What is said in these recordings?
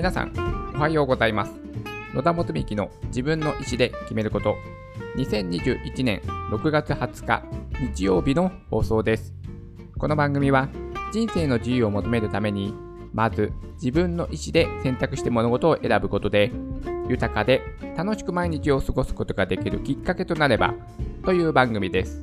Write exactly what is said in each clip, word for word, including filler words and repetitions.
皆さんおはようございます。野田元幹の自分の意思で決めること、にせんにじゅういちねんろくがつはつか日曜日の放送です。この番組は人生の自由を求めるために、まず自分の意思で選択して物事を選ぶことで、豊かで楽しく毎日を過ごすことができるきっかけとなればという番組です。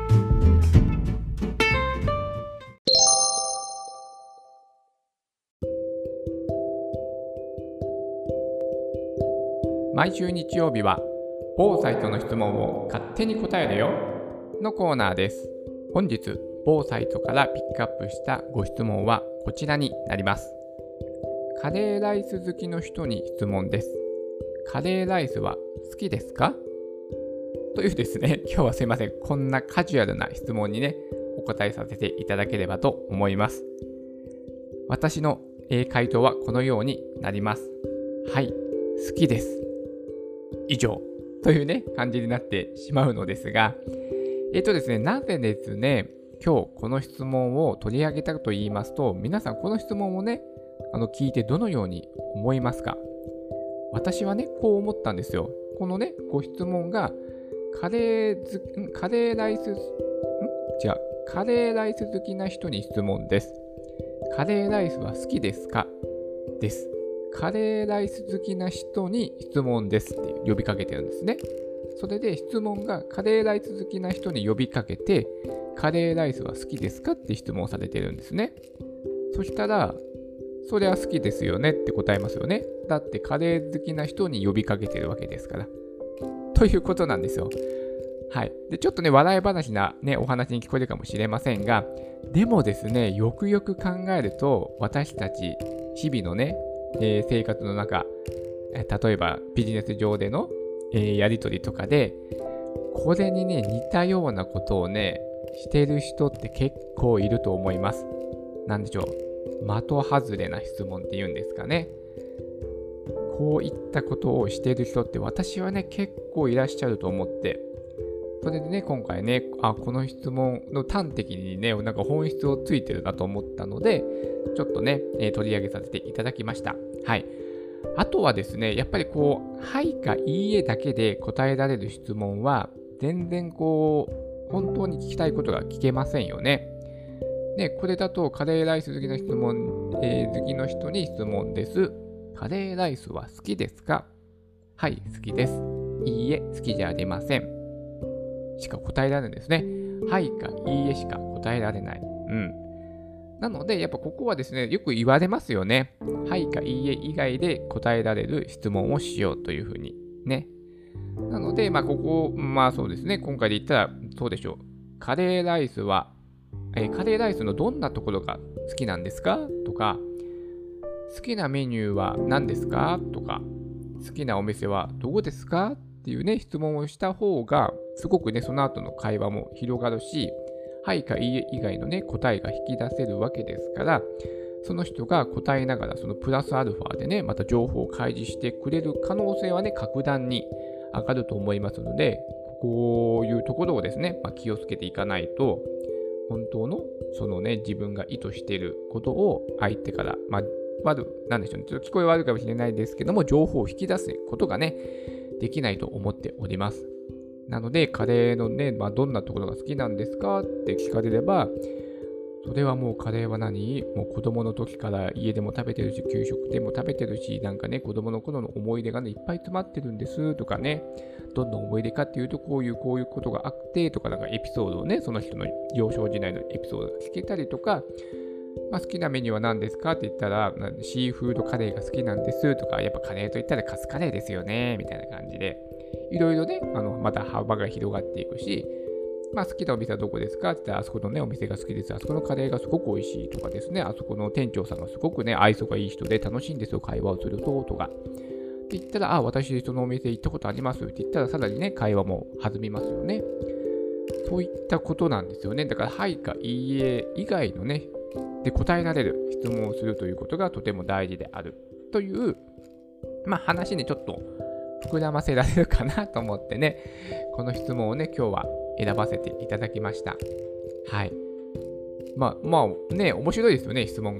毎週日曜日は某サイトの質問を勝手に答えるよのコーナーです。本日某サイトからピックアップしたご質問はこちらになります。カレーライス好きの人に質問です。カレーライスは好きですか？というですね、今日はすいません、こんなカジュアルな質問にねお答えさせていただければと思います。私の回答はこのようになります。はい、好きです。以上というね感じになってしまうのですが、えっとですねなぜですね今日この質問を取り上げたと言いますと、皆さんこの質問をねあの聞いてどのように思いますか？私はねこう思ったんですよ。このねご質問がカレーずカレーライスん違うカレーライス好きな人に質問です。カレーライスは好きですか？です。カレーライス好きな人に質問ですって呼びかけてるんですね。それで質問がカレーライス好きな人に呼びかけて、カレーライスは好きですかって質問されてるんですね。そしたら、それは好きですよねって答えますよね。だってカレー好きな人に呼びかけてるわけですから。ということなんですよ。はい。で、ちょっとね、笑い話なね、お話に聞こえるかもしれませんが、でもですね、よくよく考えると、私たち、日々のね、えー、生活の中、えー、例えばビジネス上での、えー、やり取りとかで、これにね、似たようなことをね、してる人って結構いると思います。なんでしょう。的外れな質問っていうんですかね。こういったことをしてる人って私はね、結構いらっしゃると思って、それでね、今回ね、あ、この質問の端的にね、なんか本質をついてるなと思ったので、ちょっとね、えー、取り上げさせていただきました。はい。あとはですね、やっぱりこう、はいかいいえだけで答えられる質問は、全然こう、本当に聞きたいことが聞けませんよね。ね、これだと、カレーライス好きな質問、えー、好きの人に質問です。カレーライスは好きですか？はい、好きです。いいえ、好きじゃありません。しか答えられないんですね。はいかいいえしか答えられない。うん。なので、やっぱここはですね、よく言われますよね。はいかいいえ以外で答えられる質問をしようというふうに。ね。なので、まあ、ここ、まあそうですね、今回で言ったら、そうでしょう。カレーライスは、えー、カレーライスのどんなところが好きなんですか？とか、好きなメニューは何ですか？とか、好きなお店はどこですか？っていうね、質問をした方が、すごくね、その後の会話も広がるし、はいかいいえ以外のね、答えが引き出せるわけですから、その人が答えながら、そのプラスアルファでね、また情報を開示してくれる可能性はね、格段に上がると思いますので、こういうところをですね、まあ、気をつけていかないと、本当の、そのね、自分が意図していることを相手から、まあ、悪、なんでしょうね、ちょっと聞こえ悪いかもしれないですけども、情報を引き出すことがね、できないと思っております。なので、カレーのね、まあ、どんなところが好きなんですかって聞かれれば、それはもうカレーは何？もう子供の時から家でも食べてるし、給食でも食べてるし、なんかね、子供の頃の思い出がね、いっぱい詰まってるんですとかね、どんな思い出かっていうと、こういうこういうことがあってとか、なんかエピソードをね、その人の幼少時代のエピソードが聞けたりとか、まあ、好きなメニューは何ですかって言ったら、シーフードカレーが好きなんですとか、やっぱカレーと言ったらカツカレーですよね、みたいな感じで、いろいろね、あのまた幅が広がっていくし、まあ、好きなお店はどこですかって言ったら、あそこのね、お店が好きです。あそこのカレーがすごく美味しいとかですね、あそこの店長さんがすごくね、愛想がいい人で楽しいんですよ、会話をすると、とか。って言ったら、あ、私そのお店行ったことありますって言ったら、さらにね、会話も弾みますよね。そういったことなんですよね。だから、はいかいいえ以外のね、で答えられる質問をするということがとても大事であるという、まあ、話にちょっと膨らませられるかなと思ってね、この質問をね、今日は選ばせていただきました。はい。まあ、まあね、面白いですよね、質問が。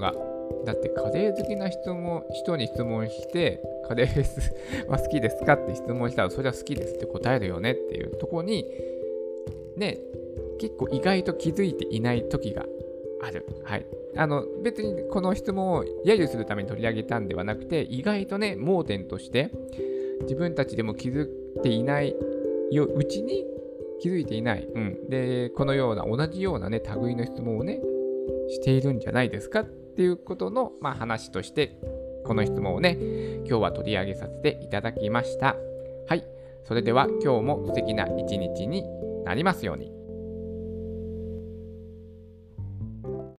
だってカレー好きな人も人に質問して、カレーは好きですかって質問したら、それは好きですって答えるよねっていうところにね、結構意外と気づいていない時がある。はい。あの別にこの質問を揶揄するために取り上げたんではなくて、意外とね、盲点として自分たちでも気づいていないうちに気づいていない、うん、でこのような同じようなね類の質問をねしているんじゃないですかっていうことの、まあ、話としてこの質問をね今日は取り上げさせていただきました。はい、それでは今日も素敵な一日になりますように。